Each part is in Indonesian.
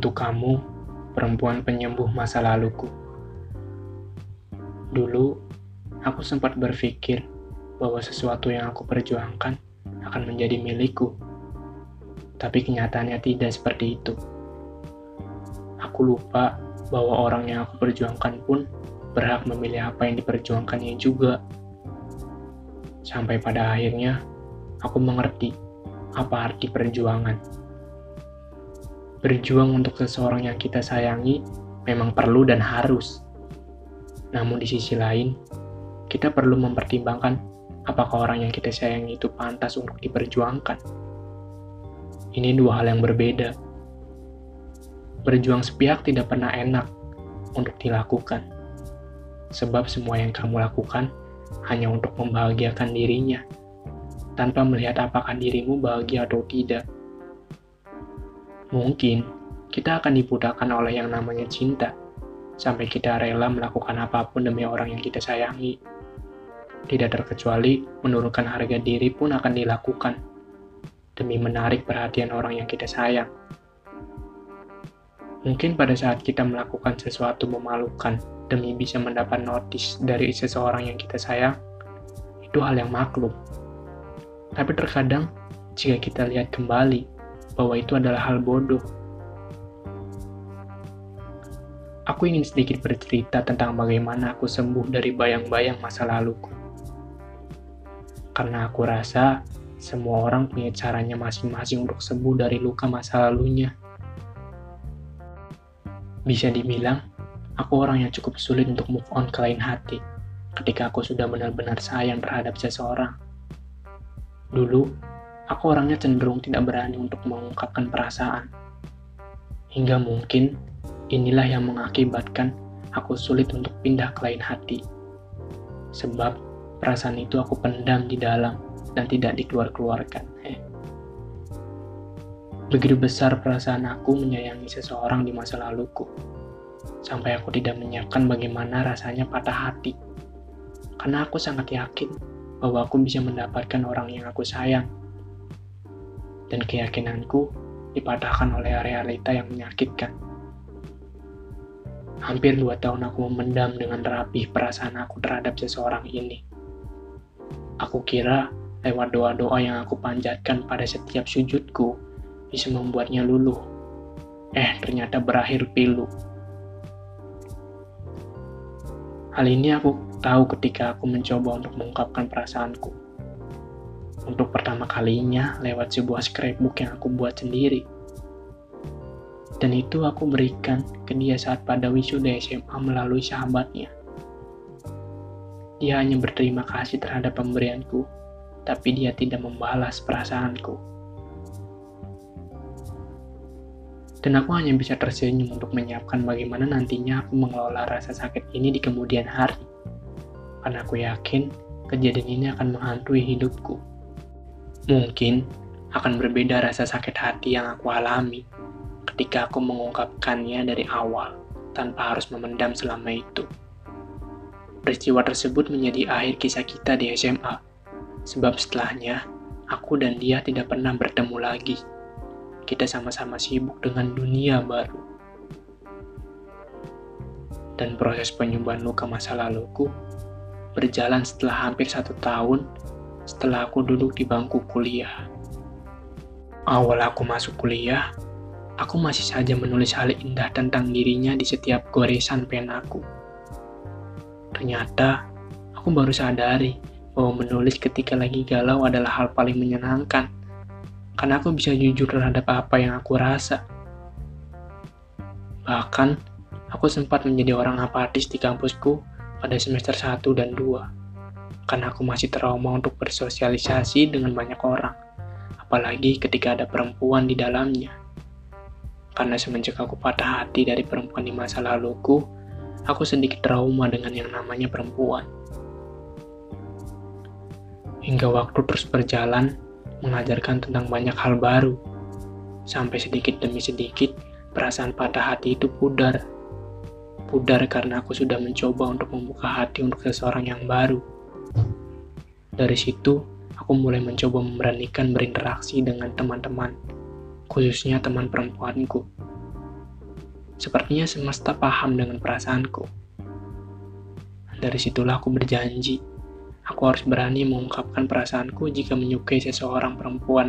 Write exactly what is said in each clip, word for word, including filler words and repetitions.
Untuk kamu, perempuan penyembuh masa laluku. Dulu, aku sempat berpikir bahwa sesuatu yang aku perjuangkan akan menjadi milikku. Tapi kenyataannya tidak seperti itu. Aku lupa bahwa orang yang aku perjuangkan pun berhak memilih apa yang diperjuangkannya juga. Sampai pada akhirnya, aku mengerti apa arti perjuangan. Berjuang untuk seseorang yang kita sayangi memang perlu dan harus. Namun di sisi lain, kita perlu mempertimbangkan apakah orang yang kita sayangi itu pantas untuk diperjuangkan. Ini dua hal yang berbeda. Berjuang sepihak tidak pernah enak untuk dilakukan. Sebab semua yang kamu lakukan hanya untuk membahagiakan dirinya, tanpa melihat apakah dirimu bahagia atau tidak. Mungkin kita akan dipudahkan oleh yang namanya cinta, sampai kita rela melakukan apapun demi orang yang kita sayangi. Tidak terkecuali menurunkan harga diri pun akan dilakukan, demi menarik perhatian orang yang kita sayang. Mungkin pada saat kita melakukan sesuatu memalukan demi bisa mendapat notis dari seseorang yang kita sayang, itu hal yang maklum. Tapi terkadang, jika kita lihat kembali, bahwa itu adalah hal bodoh. Aku ingin sedikit bercerita tentang bagaimana aku sembuh dari bayang-bayang masa laluku. Karena aku rasa semua orang punya caranya masing-masing untuk sembuh dari luka masa lalunya. Bisa dibilang, aku orang yang cukup sulit untuk move on ke lain hati ketika aku sudah benar-benar sayang terhadap seseorang. Dulu, aku orangnya cenderung tidak berani untuk mengungkapkan perasaan. Hingga mungkin inilah yang mengakibatkan aku sulit untuk pindah ke lain hati. Sebab perasaan itu aku pendam di dalam dan tidak dikeluar-keluarkan. Eh. Begitu besar perasaan aku menyayangi seseorang di masa laluku, sampai aku tidak menyiapkan bagaimana rasanya patah hati. Karena aku sangat yakin bahwa aku bisa mendapatkan orang yang aku sayang. Dan keyakinanku dipatahkan oleh realita yang menyakitkan. Hampir dua tahun aku memendam dengan rapih perasaan aku terhadap seseorang ini. Aku kira lewat doa-doa yang aku panjatkan pada setiap sujudku bisa membuatnya luluh. Eh, ternyata berakhir pilu. Hal ini aku tahu ketika aku mencoba untuk mengungkapkan perasaanku. Untuk pertama kalinya lewat sebuah scrapbook yang aku buat sendiri. Dan itu aku berikan ke dia saat pada wisuda S M A melalui sahabatnya. Dia hanya berterima kasih terhadap pemberianku, tapi dia tidak membalas perasaanku. Dan aku hanya bisa tersenyum untuk menyiapkan bagaimana nantinya aku mengelola rasa sakit ini di kemudian hari. Karena aku yakin kejadian ini akan menghantui hidupku. Mungkin akan berbeda rasa sakit hati yang aku alami ketika aku mengungkapkannya dari awal tanpa harus memendam selama itu. Peristiwa tersebut menjadi akhir kisah kita di S M A, sebab setelahnya aku dan dia tidak pernah bertemu lagi. Kita sama-sama sibuk dengan dunia baru. Dan proses penyembuhan luka masa laluku berjalan setelah hampir satu tahun setelah aku duduk di bangku kuliah. Awal aku masuk kuliah, aku masih saja menulis hal indah tentang dirinya di setiap goresan pen aku. Ternyata, aku baru sadari bahwa menulis ketika lagi galau adalah hal paling menyenangkan, karena aku bisa jujur terhadap apa yang aku rasa. Bahkan, aku sempat menjadi orang apatis di kampusku pada semester satu dan dua. Karena aku masih trauma untuk bersosialisasi dengan banyak orang, apalagi ketika ada perempuan di dalamnya. Karena semenjak aku patah hati dari perempuan di masa laluku, aku sedikit trauma dengan yang namanya perempuan. Hingga waktu terus berjalan, mengajarkan tentang banyak hal baru. Sampai sedikit demi sedikit, perasaan patah hati itu pudar. Pudar karena aku sudah mencoba untuk membuka hati untuk seseorang yang baru. Dari situ, aku mulai mencoba memberanikan berinteraksi dengan teman-teman, khususnya teman perempuanku. Sepertinya semesta paham dengan perasaanku. Dari situlah aku berjanji, aku harus berani mengungkapkan perasaanku jika menyukai seseorang perempuan.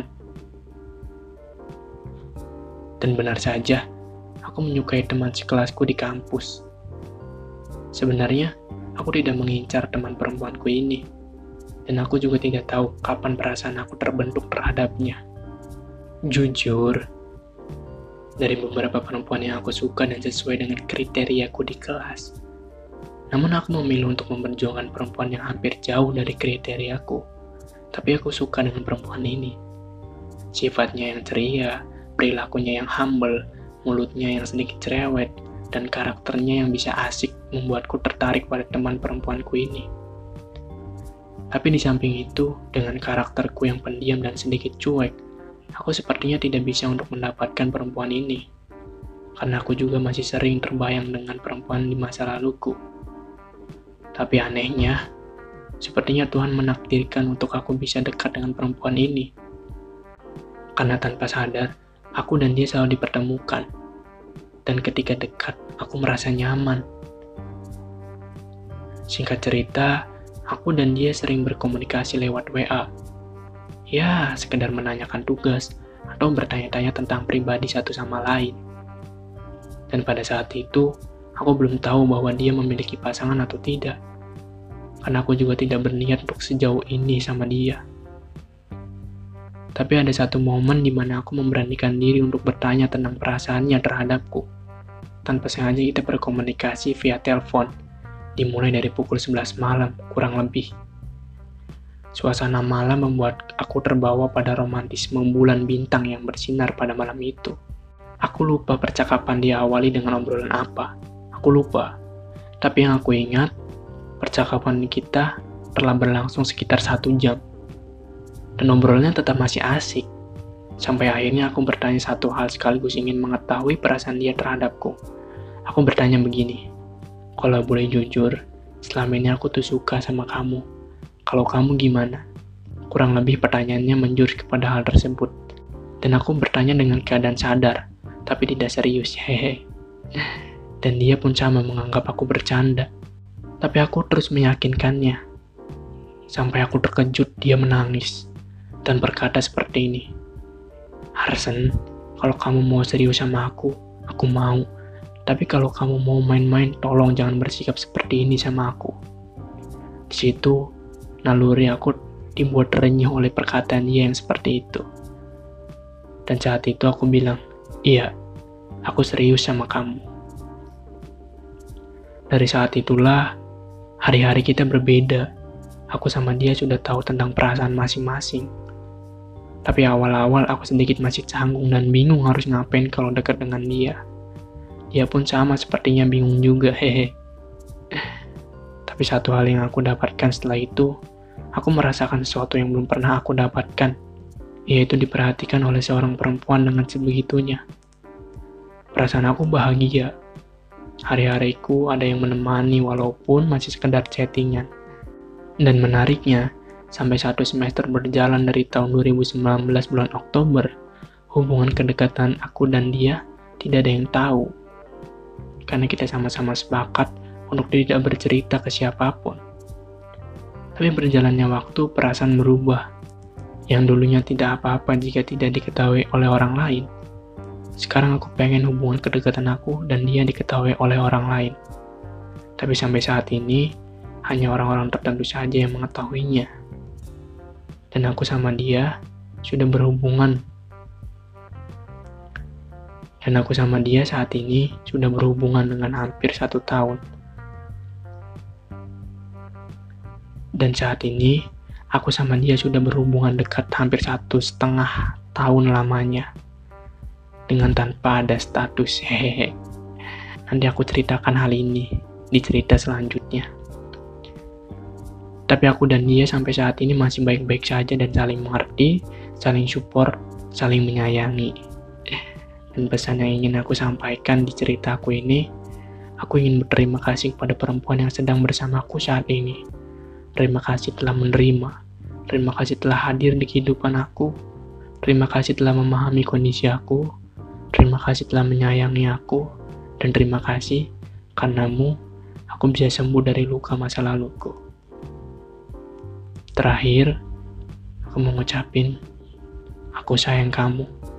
Dan benar saja, aku menyukai teman sekelasku di kampus. Sebenarnya, aku tidak mengincar teman perempuanku ini, dan aku juga tidak tahu kapan perasaan aku terbentuk terhadapnya. Jujur, dari beberapa perempuan yang aku suka dan sesuai dengan kriteriaku di kelas, namun aku memilih untuk memperjuangkan perempuan yang hampir jauh dari kriteriaku. Tapi aku suka dengan perempuan ini. Sifatnya yang ceria, perilakunya yang humble, mulutnya yang sedikit cerewet, dan karakternya yang bisa asik membuatku tertarik pada teman perempuanku ini. Tapi di samping itu, dengan karakterku yang pendiam dan sedikit cuek, aku sepertinya tidak bisa untuk mendapatkan perempuan ini. Karena aku juga masih sering terbayang dengan perempuan di masa laluku. Tapi anehnya, sepertinya Tuhan menakdirkan untuk aku bisa dekat dengan perempuan ini. Karena tanpa sadar, aku dan dia selalu dipertemukan. Dan ketika dekat, aku merasa nyaman. Singkat cerita, aku dan dia sering berkomunikasi lewat W A. Ya, sekedar menanyakan tugas, atau bertanya-tanya tentang pribadi satu sama lain. Dan pada saat itu, aku belum tahu bahwa dia memiliki pasangan atau tidak. Karena aku juga tidak berniat untuk sejauh ini sama dia. Tapi ada satu momen di mana aku memberanikan diri untuk bertanya tentang perasaannya terhadapku. Tanpa sengaja kita berkomunikasi via telepon, dimulai dari pukul sebelas malam, kurang lebih. Suasana malam membuat aku terbawa pada romantisme bulan bintang yang bersinar pada malam itu. Aku lupa percakapan diawali dengan obrolan apa. Aku lupa. Tapi yang aku ingat, percakapan kita telah berlangsung sekitar satu jam. Dan obrolannya tetap masih asik. Sampai akhirnya aku bertanya satu hal sekaligus ingin mengetahui perasaan dia terhadapku. Aku bertanya begini, kalau boleh jujur, selama ini aku tuh suka sama kamu. Kalau kamu gimana? Kurang lebih pertanyaannya menjurus kepada hal tersebut. Dan aku bertanya dengan keadaan sadar, tapi tidak serius, hehe. Dan dia pun sama menganggap aku bercanda. Tapi aku terus meyakinkannya. Sampai aku terkejut, dia menangis. Dan berkata seperti ini, Arsen, kalau kamu mau serius sama aku, aku mau. Tapi kalau kamu mau main-main, tolong jangan bersikap seperti ini sama aku. Di situ, naluri aku dibuat renyah oleh perkataan dia yang seperti itu. Dan saat itu aku bilang, iya, aku serius sama kamu. Dari saat itulah, hari-hari kita berbeda. Aku sama dia sudah tahu tentang perasaan masing-masing. Tapi awal-awal aku sedikit masih canggung dan bingung harus ngapain kalau dekat dengan dia. Dia pun sama sepertinya bingung juga, hehe. Tapi satu hal yang aku dapatkan setelah itu, aku merasakan sesuatu yang belum pernah aku dapatkan, yaitu diperhatikan oleh seorang perempuan dengan sebegitunya. Perasaan aku bahagia. Hari-hariku ada yang menemani walaupun masih sekedar chattingan. Dan menariknya, sampai satu semester berjalan dari tahun dua ribu sembilan belas bulan Oktober, hubungan kedekatan aku dan dia tidak ada yang tahu. Karena kita sama-sama sepakat untuk tidak bercerita ke siapapun. Tapi berjalannya waktu, perasaan berubah. Yang dulunya tidak apa-apa jika tidak diketahui oleh orang lain. Sekarang aku pengen hubungan kedekatan aku dan dia diketahui oleh orang lain. Tapi sampai saat ini, hanya orang-orang tertentu saja yang mengetahuinya. Dan aku sama dia sudah berhubungan. Dan aku sama dia saat ini sudah berhubungan dengan hampir satu tahun. Dan saat ini, aku sama dia sudah berhubungan dekat hampir satu setengah tahun lamanya. Dengan tanpa ada status, hehehe. Nanti aku ceritakan hal ini di cerita selanjutnya. Tapi aku dan dia sampai saat ini masih baik-baik saja dan saling mengerti, saling support, saling menyayangi. Dan pesan yang ingin aku sampaikan di ceritaku ini, aku ingin berterima kasih kepada perempuan yang sedang bersamaku saat ini. Terima kasih telah menerima. Terima kasih telah hadir di kehidupan aku. Terima kasih telah memahami kondisi aku. Terima kasih telah menyayangi aku. Dan terima kasih, karenamu, aku bisa sembuh dari luka masa laluku. Terakhir, aku mau ngucapin, aku sayang kamu.